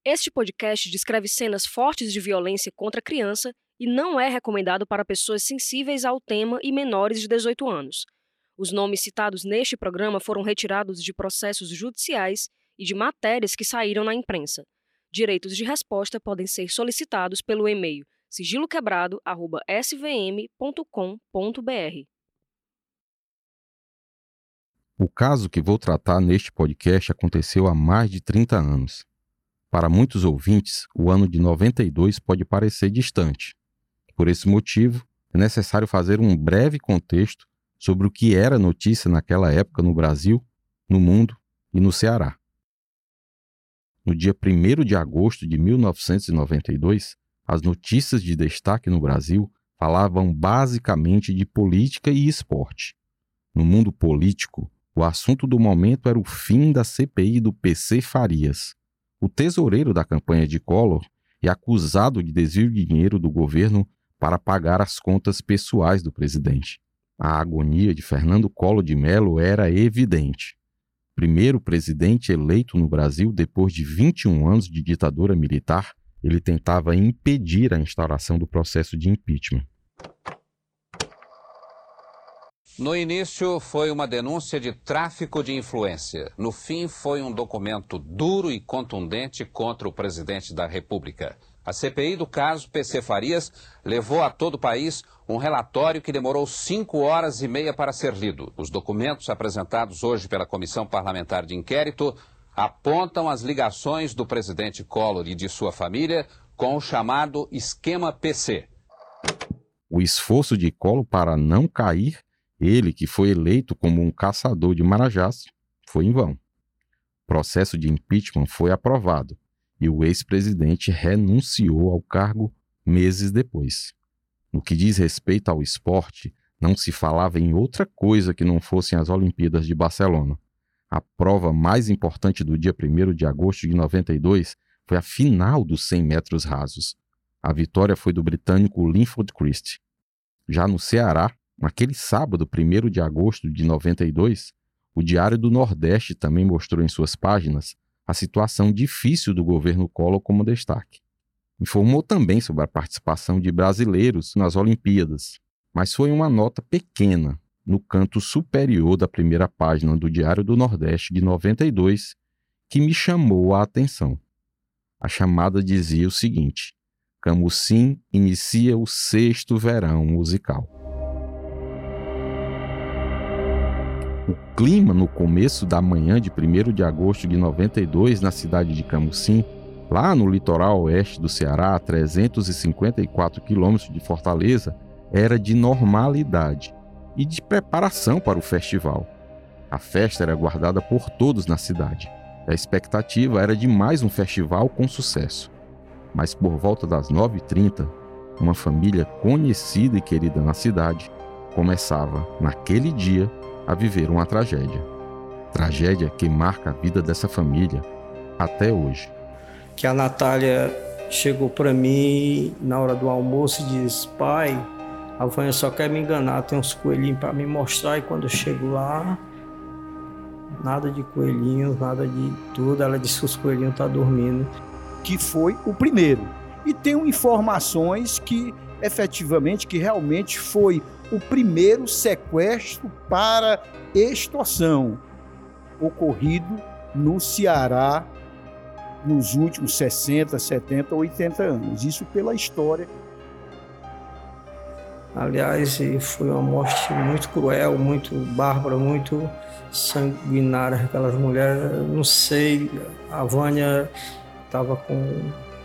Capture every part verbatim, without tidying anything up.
Este podcast descreve cenas fortes de violência contra a criança e não é recomendado para pessoas sensíveis ao tema e menores de dezoito anos. Os nomes citados neste programa foram retirados de processos judiciais e de matérias que saíram na imprensa. Direitos de resposta podem ser solicitados pelo e-mail sigiloquebrado arroba s v m ponto com ponto b r. O caso que vou tratar neste podcast aconteceu há mais de trinta anos. Para muitos ouvintes, o ano de noventa e dois pode parecer distante. Por esse motivo, é necessário fazer um breve contexto sobre o que era notícia naquela época no Brasil, no mundo e no Ceará. No dia primeiro de agosto de mil novecentos e noventa e dois, as notícias de destaque no Brasil falavam basicamente de política e esporte. No mundo político, o assunto do momento era o fim da C P I do P C Farias. O tesoureiro da campanha de Collor é acusado de desvio de dinheiro do governo para pagar as contas pessoais do presidente. A agonia de Fernando Collor de Mello era evidente. Primeiro presidente eleito no Brasil depois de vinte e um anos de ditadura militar, ele tentava impedir a instauração do processo de impeachment. No início, foi uma denúncia de tráfico de influência. No fim, foi um documento duro e contundente contra o presidente da República. A C P I do caso P C Farias levou a todo o país um relatório que demorou cinco horas e meia para ser lido. Os documentos apresentados hoje pela Comissão Parlamentar de Inquérito apontam as ligações do presidente Collor e de sua família com o chamado Esquema P C. O esforço de Collor para não cair, ele que foi eleito como um caçador de marajás, foi em vão. O processo de impeachment foi aprovado e o ex-presidente renunciou ao cargo meses depois. No que diz respeito ao esporte, não se falava em outra coisa que não fossem as Olimpíadas de Barcelona. A prova mais importante do dia primeiro de agosto de noventa e dois foi a final dos cem metros rasos. A vitória foi do britânico Linford Christie. Já no Ceará, naquele sábado, primeiro de agosto de noventa e dois, o Diário do Nordeste também mostrou em suas páginas a situação difícil do governo Collor como destaque. Informou também sobre a participação de brasileiros nas Olimpíadas, mas foi uma nota pequena no canto superior da primeira página do Diário do Nordeste de noventa e dois que me chamou a atenção. A chamada dizia o seguinte: Camusim inicia o sexto verão musical. O clima no começo da manhã de primeiro de agosto de noventa e dois na cidade de Camusim, lá no litoral oeste do Ceará, a trezentos e cinquenta e quatro quilômetros de Fortaleza, era de normalidade e de preparação para o festival. A festa era aguardada por todos na cidade. A expectativa era de mais um festival com sucesso. Mas por volta das nove e trinta, uma família conhecida e querida na cidade começava, naquele dia, a viver uma tragédia. Tragédia que marca a vida dessa família até hoje. Que a Natália chegou para mim na hora do almoço e disse: pai, a Vânia só quer me enganar, tem uns coelhinhos para me mostrar, e quando eu chego lá, nada de coelhinhos, nada de tudo. Ela disse que os coelhinhos estão dormindo. Que foi o primeiro. E tenho informações que efetivamente, que realmente foi o primeiro sequestro para extorsão ocorrido no Ceará nos últimos sessenta, setenta, oitenta anos. Isso pela história. Aliás, foi uma morte muito cruel, muito bárbara, muito sanguinária. Aquelas mulheres, não sei, a Vânia estava com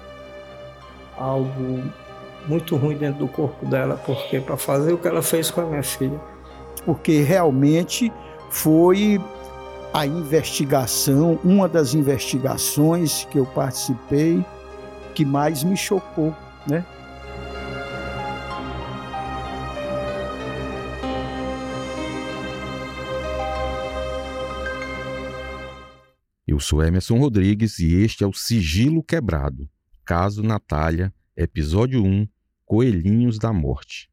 algo muito ruim dentro do corpo dela, porque para fazer o que ela fez com a minha filha. Porque realmente foi a investigação, uma das investigações que eu participei, que mais me chocou, né? Eu sou Emerson Rodrigues e este é o Sigilo Quebrado, Caso Natália, Episódio um, Coelhinhos da Morte.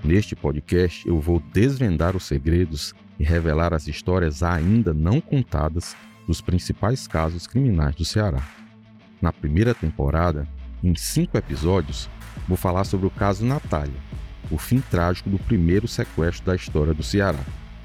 Neste podcast, eu vou desvendar os segredos e revelar as histórias ainda não contadas dos principais casos criminais do Ceará. Na primeira temporada, em cinco episódios, vou falar sobre o caso Natália, o fim trágico do primeiro sequestro da história do Ceará.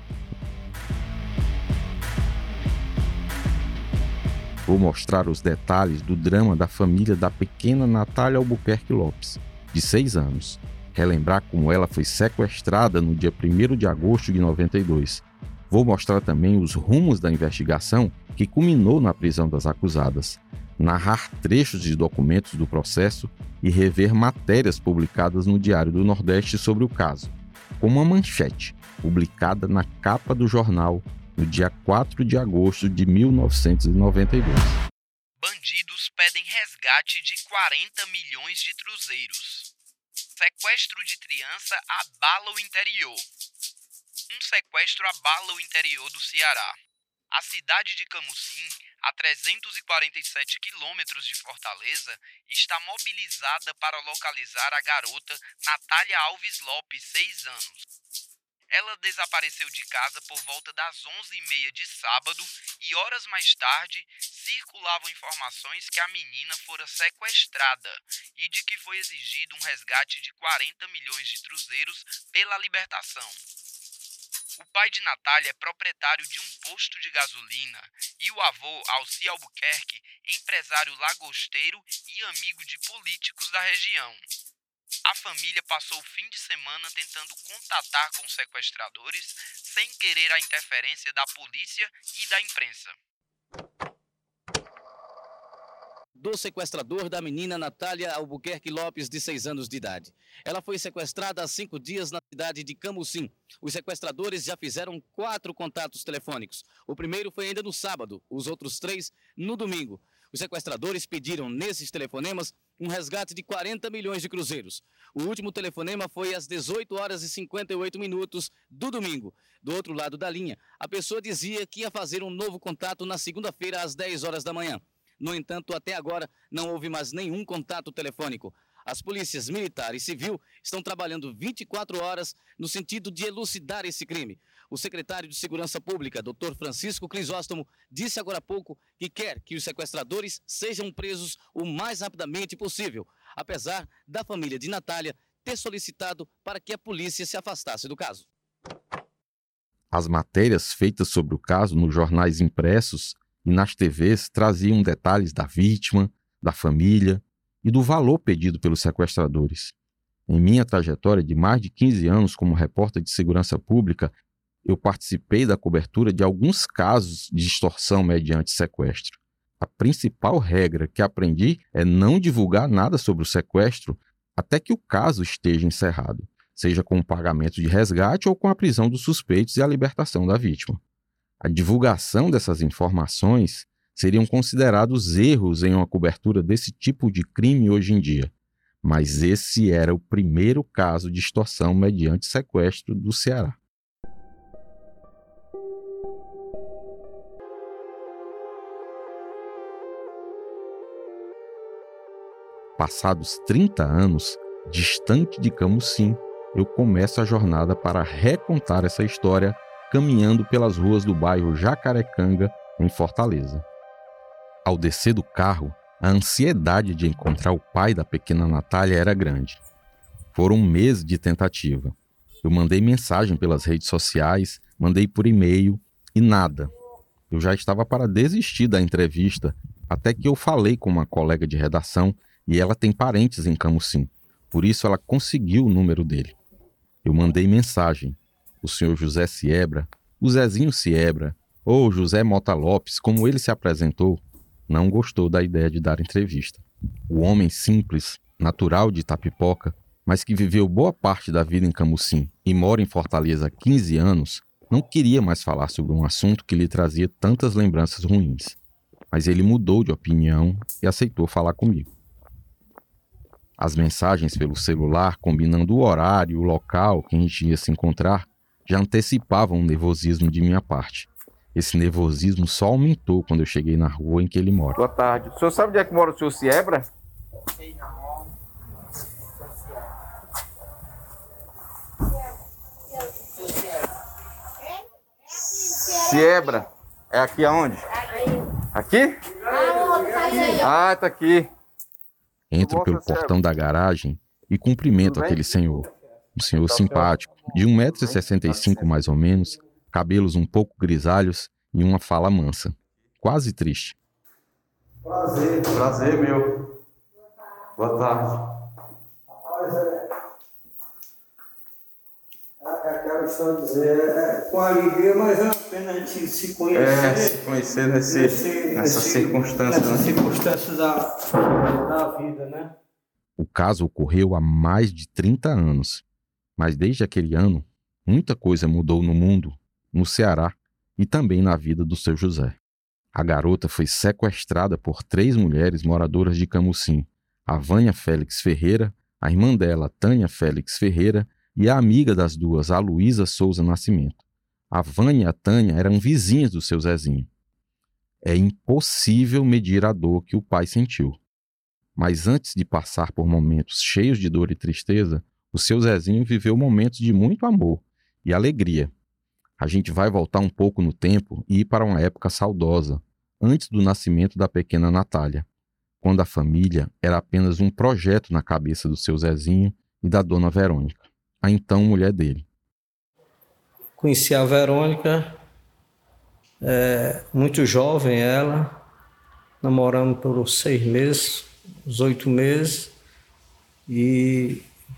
Vou mostrar os detalhes do drama da família da pequena Natália Albuquerque Lopes, de seis anos. Relembrar como ela foi sequestrada no dia primeiro de agosto de noventa e dois. Vou mostrar também os rumos da investigação que culminou na prisão das acusadas. Narrar trechos de documentos do processo e rever matérias publicadas no Diário do Nordeste sobre o caso, como uma manchete publicada na capa do jornal no dia quatro de agosto de mil novecentos e noventa e dois. Bandidos pedem resgate de quarenta milhões de cruzeiros. Sequestro de criança abala o interior. Um sequestro abala o interior do Ceará. A cidade de Camusim, a trezentos e quarenta e sete quilômetros de Fortaleza, está mobilizada para localizar a garota Natália Alves Lopes, seis anos. Ela desapareceu de casa por volta das onze e meia de sábado e horas mais tarde circulavam informações que a menina fora sequestrada e de que foi exigido um resgate de quarenta milhões de cruzeiros pela libertação. O pai de Natália é proprietário de um posto de gasolina e o avô, Alci Albuquerque, empresário lagosteiro e amigo de políticos da região. A família passou o fim de semana tentando contatar com os sequestradores sem querer a interferência da polícia e da imprensa. Do sequestrador da menina Natália Albuquerque Lopes, de seis anos de idade. Ela foi sequestrada há cinco dias na cidade de Camusim. Os sequestradores já fizeram quatro contatos telefônicos. O primeiro foi ainda no sábado, os outros três no domingo. Os sequestradores pediram nesses telefonemas um resgate de quarenta milhões de cruzeiros. O último telefonema foi às dezoito horas e cinquenta e oito minutos do domingo. Do outro lado da linha, a pessoa dizia que ia fazer um novo contato na segunda-feira às dez horas da manhã. No entanto, até agora não houve mais nenhum contato telefônico. As polícias militar e civil estão trabalhando vinte e quatro horas no sentido de elucidar esse crime. O secretário de Segurança Pública, doutor Francisco Crisóstomo, disse agora há pouco que quer que os sequestradores sejam presos o mais rapidamente possível, apesar da família de Natália ter solicitado para que a polícia se afastasse do caso. As matérias feitas sobre o caso nos jornais impressos e nas T Vs traziam detalhes da vítima, da família e do valor pedido pelos sequestradores. Em minha trajetória de mais de quinze anos como repórter de segurança pública, eu participei da cobertura de alguns casos de extorsão mediante sequestro. A principal regra que aprendi é não divulgar nada sobre o sequestro até que o caso esteja encerrado, seja com o pagamento de resgate ou com a prisão dos suspeitos e a libertação da vítima. A divulgação dessas informações seriam considerados erros em uma cobertura desse tipo de crime hoje em dia, mas esse era o primeiro caso de extorsão mediante sequestro do Ceará. Passados trinta anos, distante de Camusim, eu começo a jornada para recontar essa história caminhando pelas ruas do bairro Jacarecanga, em Fortaleza. Ao descer do carro, a ansiedade de encontrar o pai da pequena Natália era grande. Foram meses de tentativa. Eu mandei mensagem pelas redes sociais, mandei por e-mail e nada. Eu já estava para desistir da entrevista, até que eu falei com uma colega de redação e ela tem parentes em Camusim. Por isso ela conseguiu o número dele. Eu mandei mensagem. O senhor José Siebra, o Zezinho Siebra, ou José Mota Lopes, como ele se apresentou, não gostou da ideia de dar entrevista. O homem simples, natural de Itapipoca, mas que viveu boa parte da vida em Camusim e mora em Fortaleza há quinze anos, não queria mais falar sobre um assunto que lhe trazia tantas lembranças ruins. Mas ele mudou de opinião e aceitou falar comigo. As mensagens pelo celular, combinando o horário e o local que a gente ia se encontrar, já antecipavam um nervosismo de minha parte. Esse nervosismo só aumentou quando eu cheguei na rua em que ele mora. Boa tarde. O senhor sabe onde é que mora o senhor Siebra? Sei não. Ciebra. É aqui aonde? Aqui? Ah, tá aqui. Entro pelo portão da garagem e cumprimento aquele senhor. Um senhor simpático, de um metro e sessenta e cinco mais ou menos, cabelos um pouco grisalhos e uma fala mansa, quase triste. Prazer. Prazer, meu. Boa tarde. É aquela história de dizer, é, com alegria, mas é uma pena a gente se conhecer. É, se conhecer nesse, nesse, nessa nesse, circunstância. Nessa né? circunstância da, da vida, né? O caso ocorreu há mais de trinta anos, mas desde aquele ano, muita coisa mudou no mundo, no Ceará e também na vida do seu José. A garota foi sequestrada por três mulheres moradoras de Camusim, a Vânia Félix Ferreira, a irmã dela, Tânia Félix Ferreira, e a amiga das duas, a Luísa Souza Nascimento. A Vânia e a Tânia eram vizinhas do seu Zezinho. É impossível medir a dor que o pai sentiu. Mas antes de passar por momentos cheios de dor e tristeza, o seu Zezinho viveu momentos de muito amor e alegria. A gente vai voltar um pouco no tempo e ir para uma época saudosa, antes do nascimento da pequena Natália, quando a família era apenas um projeto na cabeça do seu Zezinho e da dona Verônica, a então mulher dele. Conheci a Verônica, é, muito jovem ela, namoramos por seis meses, uns oito meses, e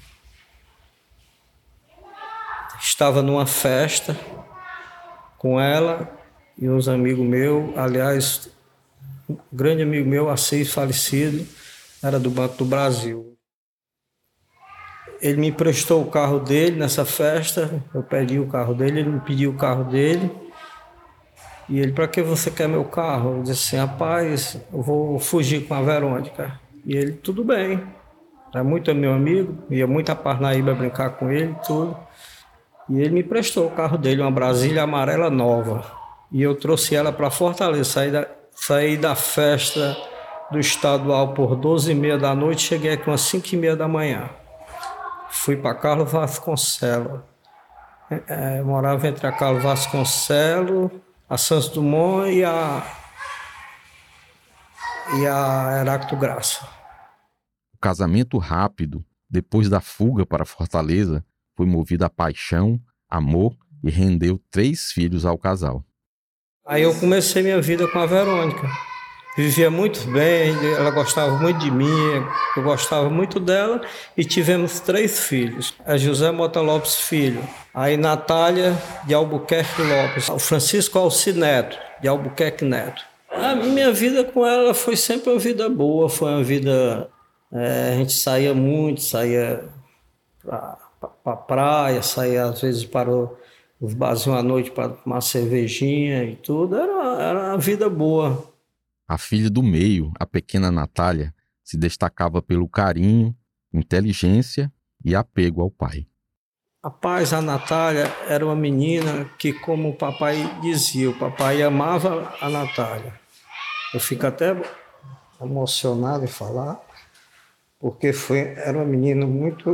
estava numa festa com ela e uns amigos meus, aliás, um grande amigo meu, Assis, falecido, era do Banco do Brasil. Ele me emprestou o carro dele nessa festa, eu pedi o carro dele, ele me pediu o carro dele. E ele, para que você quer meu carro? Eu disse assim, rapaz, eu vou fugir com a Verônica. E ele, tudo bem. Era muito meu amigo, ia muito a Parnaíba brincar com ele e tudo. E ele me emprestou o carro dele, uma Brasília amarela nova. E eu trouxe ela para Fortaleza, saí da, saí da festa do estadual por doze e meia da noite, cheguei aqui umas cinco e meia da manhã. Fui para Carlos Vasconcelos. É, eu morava entre a Carlos Vasconcelos, a Santos Dumont e a, e a Heráclito Graça. O casamento rápido, depois da fuga para Fortaleza, foi movido a paixão, amor e rendeu três filhos ao casal. Aí eu comecei minha vida com a Verônica. Vivia muito bem, ela gostava muito de mim, eu gostava muito dela e tivemos três filhos. A José Mota Lopes Filho, aí Natália de Albuquerque Lopes, o Francisco Alci Neto de Albuquerque Neto. A minha vida com ela foi sempre uma vida boa, foi uma vida... É, a gente saía muito, saía para a praia, saía às vezes para o, os barzinhos à noite para tomar cervejinha e tudo, era, era uma vida boa. A filha do meio, a pequena Natália, se destacava pelo carinho, inteligência e apego ao pai. Rapaz, a Natália era uma menina que, como o papai dizia, o papai amava a Natália. Eu fico até emocionado em falar, porque foi, era uma menina muito,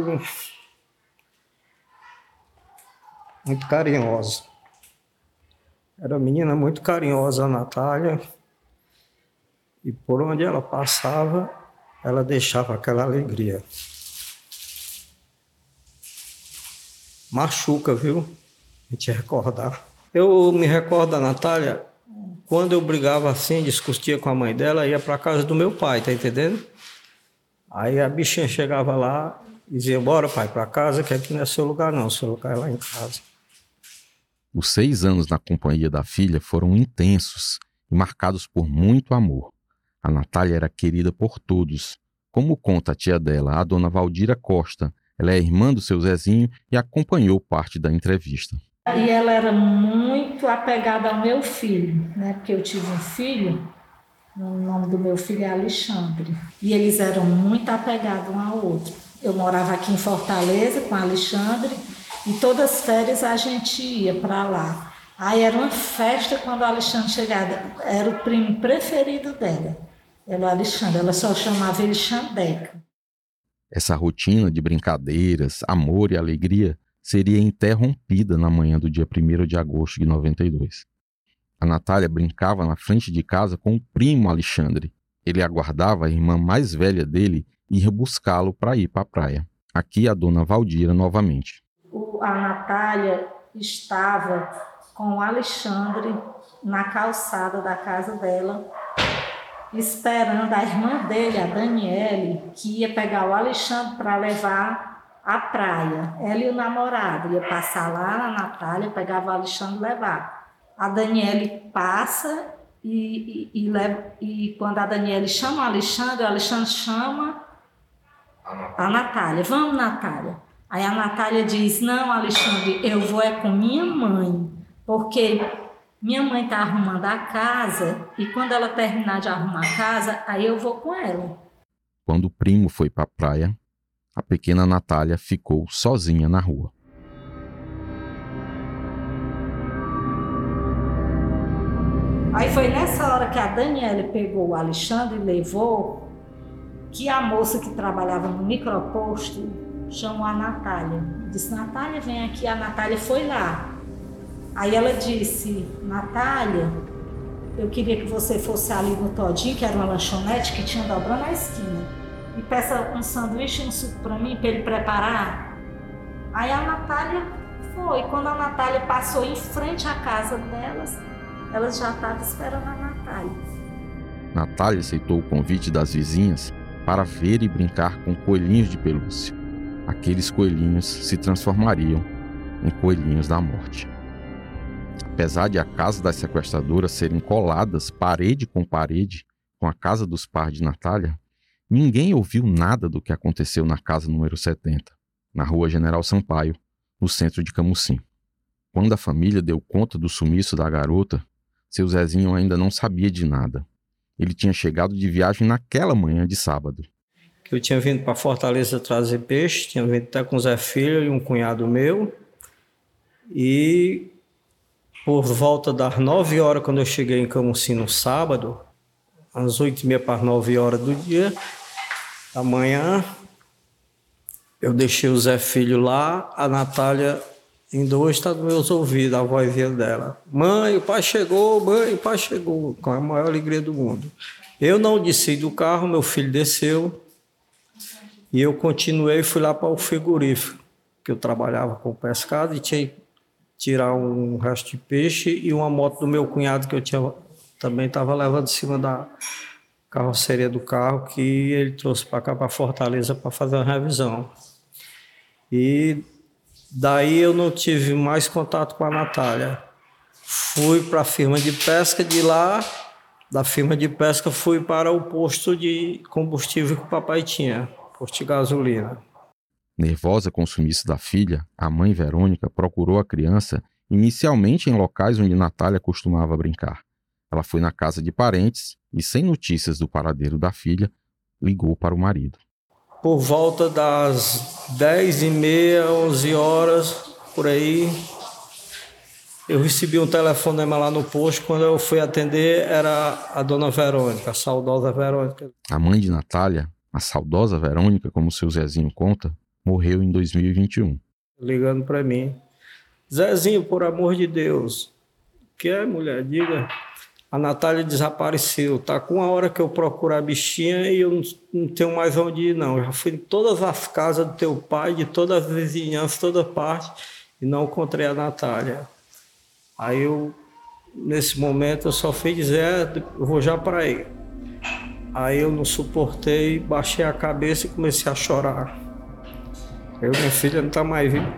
muito carinhosa. Era uma menina muito carinhosa, a Natália. E por onde ela passava, ela deixava aquela alegria. Machuca, viu? A gente recordar. Eu me recordo da Natália, quando eu brigava assim, discutia com a mãe dela, ia para casa do meu pai, tá entendendo? Aí a bichinha chegava lá e dizia, bora pai, para casa, que aqui não é seu lugar não, seu lugar é lá em casa. Os seis anos na companhia da filha foram intensos e marcados por muito amor. A Natália era querida por todos. Como conta a tia dela, a dona Valdira Costa, ela é irmã do seu Zezinho e acompanhou parte da entrevista. E ela era muito apegada ao meu filho, né? Porque eu tive um filho, o nome do meu filho é Alexandre. E eles eram muito apegados um ao outro. Eu morava aqui em Fortaleza com Alexandre e todas as férias a gente ia para lá. Aí era uma festa quando o Alexandre chegava, era o primo preferido dela. Ela, Alexandre, ela só chamava ele Xandeca. Essa rotina de brincadeiras, amor e alegria seria interrompida na manhã do dia primeiro de agosto de noventa e dois. A Natália brincava na frente de casa com o primo Alexandre. Ele aguardava a irmã mais velha dele ir buscá-lo para ir para a praia. Aqui a dona Valdira novamente. A Natália estava com o Alexandre na calçada da casa dela, esperando a irmã dele, a Daniele, que ia pegar o Alexandre para levar à praia. Ela e o namorado ia passar lá na Natália, pegava o Alexandre e levar. A Daniele passa e, e, e, leva, e quando a Daniele chama o Alexandre, o Alexandre chama a Natália. Vamos, Natália. Aí a Natália diz, não, Alexandre, eu vou é com minha mãe, porque minha mãe está arrumando a casa e quando ela terminar de arrumar a casa, aí eu vou com ela. Quando o primo foi para a praia, a pequena Natália ficou sozinha na rua. Aí foi nessa hora que a Daniela pegou o Alexandre e levou, que a moça que trabalhava no microposto chamou a Natália. Disse, Natália, vem aqui. A Natália foi lá. Aí ela disse, Natália, eu queria que você fosse ali no Todinho, que era uma lanchonete que tinha dobrando a esquina, e peça um sanduíche e um suco para mim, para ele preparar. Aí a Natália foi. Quando a Natália passou em frente à casa delas, elas já estavam esperando a Natália. Natália aceitou o convite das vizinhas para ver e brincar com coelhinhos de pelúcia. Aqueles coelhinhos se transformariam em coelhinhos da morte. Apesar de a casa das sequestradoras serem coladas parede com parede com a casa dos pais de Natália, ninguém ouviu nada do que aconteceu na casa número setenta, na rua General Sampaio, no centro de Camusim. Quando a família deu conta do sumiço da garota, seu Zezinho ainda não sabia de nada. Ele tinha chegado de viagem naquela manhã de sábado. Eu tinha vindo para Fortaleza trazer peixe, tinha vindo até com o Zé Filho e um cunhado meu. E por volta das nove horas, quando eu cheguei em Camusim no sábado, às oito e meia para as nove horas do dia, da manhã, eu deixei o Zé Filho lá, a Natália ainda hoje está nos meus ouvidos, a vozinha dela. Mãe, o pai chegou, mãe, o pai chegou, com a maior alegria do mundo. Eu não desci do carro, meu filho desceu, e eu continuei e fui lá para o frigorífico, que eu trabalhava com pescado, e tinha que tirar um resto de peixe e uma moto do meu cunhado, que eu tinha, também estava levando em cima da carroceria do carro, que ele trouxe para cá, para Fortaleza, para fazer uma revisão. E daí eu não tive mais contato com a Natália. Fui para a firma de pesca, de lá, da firma de pesca, fui para o posto de combustível que o papai tinha, posto de gasolina. Nervosa com o sumiço da filha, a mãe Verônica procurou a criança inicialmente em locais onde Natália costumava brincar. Ela foi na casa de parentes e, sem notícias do paradeiro da filha, ligou para o marido. Por volta das dez e meia, onze horas, por aí, eu recebi um telefonema lá no posto. Quando eu fui atender, era a dona Verônica, a saudosa Verônica. A mãe de Natália, a saudosa Verônica, como seu Zezinho conta, morreu em dois mil e vinte e um. Ligando para mim. Zezinho, por amor de Deus. O que é, mulher? Diga. A Natália desapareceu. Tá com uma hora que eu procuro a bichinha e eu não, não tenho mais onde ir, não. Eu já fui em todas as casas do teu pai, de todas as vizinhanças, toda parte, e não encontrei a Natália. Aí eu, nesse momento, eu só fui dizer, eu vou já para aí. Aí eu não suportei, baixei a cabeça e comecei a chorar. Eu, minha filha não está mais viva.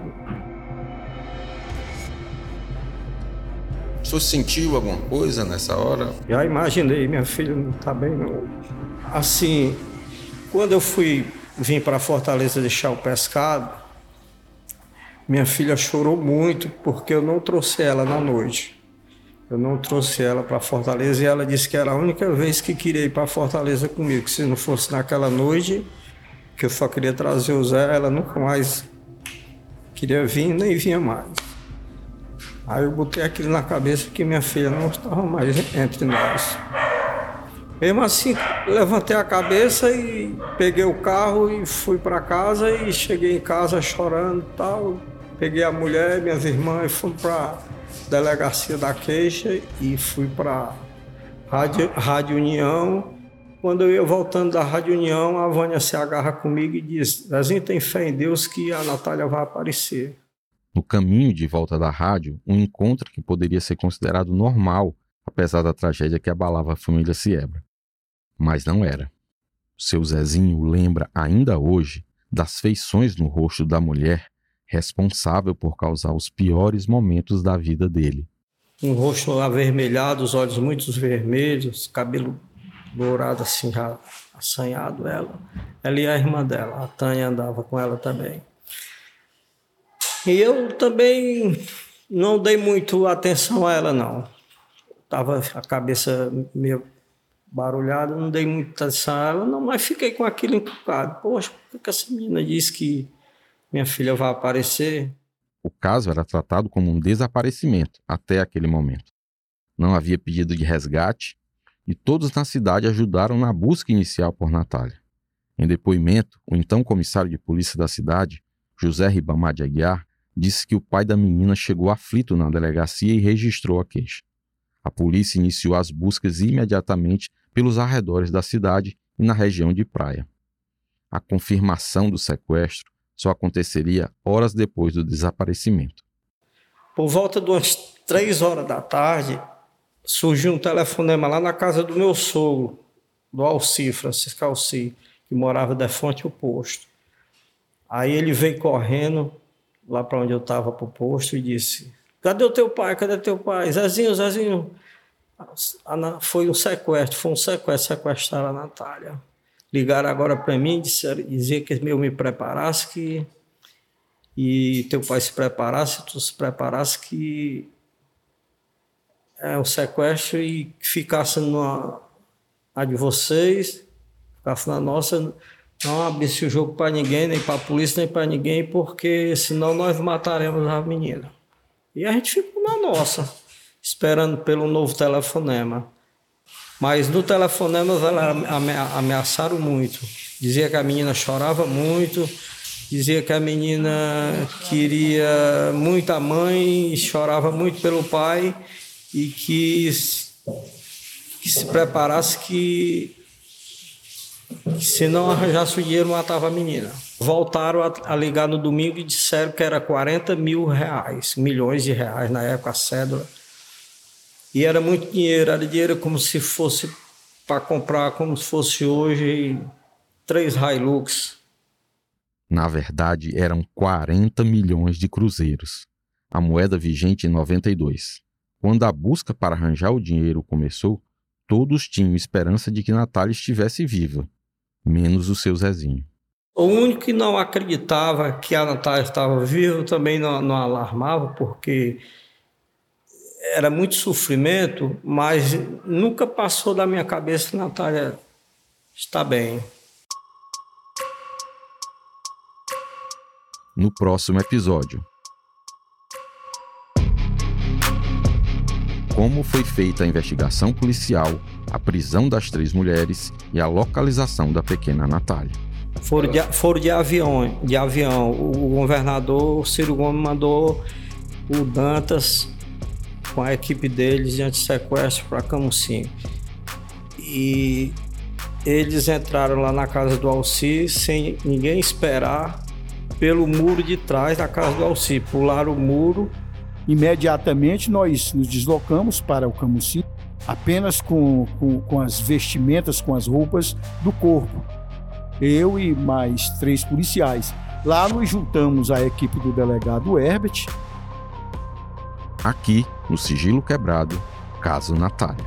O senhor sentiu alguma coisa nessa hora? Já imaginei, minha filha não está bem, não. Assim, quando eu fui, vim para Fortaleza deixar o pescado, minha filha chorou muito porque eu não trouxe ela na noite. Eu não trouxe ela para Fortaleza e ela disse que era a única vez que queria ir para Fortaleza comigo, que se não fosse naquela noite, que eu só queria trazer o Zé, ela nunca mais queria vir, nem vinha mais. Aí eu botei aquilo na cabeça que minha filha não estava mais entre nós. Mesmo assim, levantei a cabeça e peguei o carro e fui para casa e cheguei em casa chorando e tal. Peguei a mulher, minhas irmãs e fomos para delegacia da queixa e fui para Rádio, Rádio União. Quando eu ia voltando da Rádio União, a Vânia se agarra comigo e diz: Zezinho, tem fé em Deus que a Natália vai aparecer. No caminho de volta da rádio, um encontro que poderia ser considerado normal, apesar da tragédia que abalava a família Siebra. Mas não era. Seu Zezinho lembra ainda hoje das feições no rosto da mulher responsável por causar os piores momentos da vida dele. Um rosto avermelhado, os olhos muito vermelhos, cabelo dourado assim, já assanhado ela. Ela e a irmã dela, a Tânia, andava com ela também. E eu também não dei muito atenção a ela, não. Tava a cabeça meio barulhada, não dei muita atenção a ela, não, mas fiquei com aquilo encucado. Poxa, por que essa menina disse que minha filha vai aparecer? O caso era tratado como um desaparecimento até aquele momento. Não havia pedido de resgate e todos na cidade ajudaram na busca inicial por Natália. Em depoimento, o então comissário de polícia da cidade, José Ribamar de Aguiar, disse que o pai da menina chegou aflito na delegacia e registrou a queixa. A polícia iniciou as buscas imediatamente pelos arredores da cidade e na região de Praia. A confirmação do sequestro só aconteceria horas depois do desaparecimento. Por volta de umas três horas da tarde, surgiu um telefonema lá na casa do meu sogro, do Alci, Francisco Alci, que morava de frente ao posto. Aí ele veio correndo lá para onde eu estava, para o posto, e disse: cadê o teu pai? Cadê teu pai? Zezinho, Zezinho. Foi um sequestro, foi um sequestro, sequestraram a Natália. Ligaram agora para mim, disseram, dizer que eu me preparasse, que, e teu pai se preparasse, tu se preparasse, que é um sequestro e que ficasse na a de vocês, ficasse na nossa, não abrisse o jogo para ninguém, nem para a polícia, nem para ninguém, porque senão nós mataremos a menina. E a gente ficou na nossa, esperando pelo novo telefonema. Mas no telefonema elas ameaçaram muito. Dizia que a menina chorava muito, dizia que a menina queria muito a mãe e chorava muito pelo pai e que, que se preparasse que, que se não arranjasse o dinheiro matava a menina. Voltaram a, a ligar no domingo e disseram que era quarenta mil reais, milhões de reais na época, a cédula. E era muito dinheiro, era dinheiro como se fosse para comprar, como se fosse hoje, três Hilux. Na verdade, eram quarenta milhões de cruzeiros, a moeda vigente em noventa e dois. Quando a busca para arranjar o dinheiro começou, todos tinham esperança de que Natália estivesse viva, menos o seu Zezinho. O único que não acreditava que a Natália estava viva também não, não alarmava, porque era muito sofrimento, mas nunca passou da minha cabeça que Natália está bem. No próximo episódio. Como foi feita a investigação policial, a prisão das três mulheres e a localização da pequena Natália. Foram de, foram de avião, de avião. O governador Ciro Gomes mandou o Dantas com a equipe deles de antissequestro para Camusim. E eles entraram lá na casa do Alci sem ninguém esperar, pelo muro de trás da casa do Alci. Pularam o muro. Imediatamente nós nos deslocamos para o Camusim, apenas com, com, com as vestimentas, com as roupas do corpo. Eu e mais três policiais. Lá nos juntamos à equipe do delegado Herbert. Aqui, no Sigilo Quebrado, caso Natália.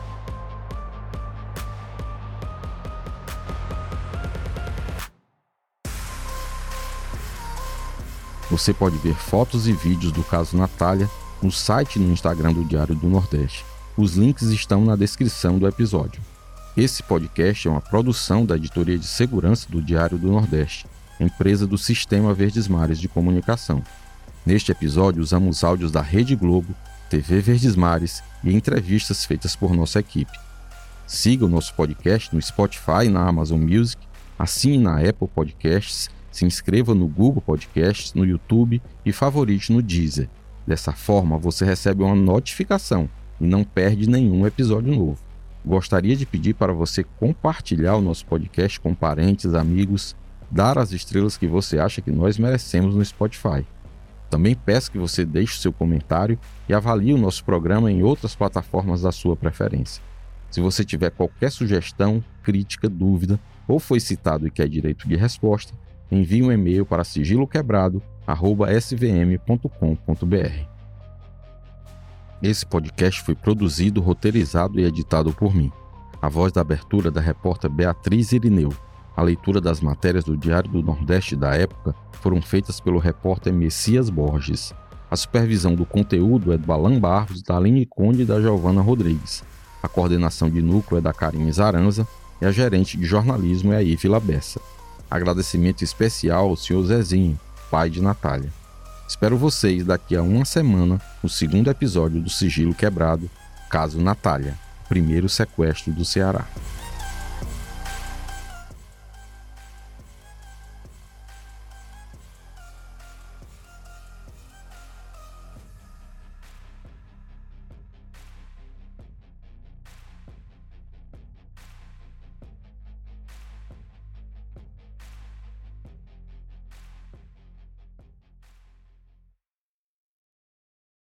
Você pode ver fotos e vídeos do caso Natália no site e no Instagram do Diário do Nordeste. Os links estão na descrição do episódio. Esse podcast é uma produção da Editoria de Segurança do Diário do Nordeste, empresa do Sistema Verdes Mares de Comunicação. Neste episódio, usamos áudios da Rede Globo, T V Verdes Mares e entrevistas feitas por nossa equipe. Siga o nosso podcast no Spotify e na Amazon Music, assine na Apple Podcasts, se inscreva no Google Podcasts, no YouTube e favorite no Deezer. Dessa forma, você recebe uma notificação e não perde nenhum episódio novo. Gostaria de pedir para você compartilhar o nosso podcast com parentes, amigos, dar as estrelas que você acha que nós merecemos no Spotify. Também peço que você deixe o seu comentário e avalie o nosso programa em outras plataformas da sua preferência. Se você tiver qualquer sugestão, crítica, dúvida ou foi citado e quer direito de resposta, envie um e-mail para sigiloquebrado arroba s v m ponto com ponto b r. Esse podcast foi produzido, roteirizado e editado por mim. A voz da abertura da repórter Beatriz Irineu. A leitura das matérias do Diário do Nordeste da época foram feitas pelo repórter Messias Borges. A supervisão do conteúdo é do Alan Barros, da Aline Conde e da Giovana Rodrigues. A coordenação de núcleo é da Karine Zaranza e a gerente de jornalismo é a Ivila Bessa. Agradecimento especial ao senhor Zezinho, pai de Natália. Espero vocês daqui a uma semana no segundo episódio do Sigilo Quebrado, caso Natália, primeiro sequestro do Ceará.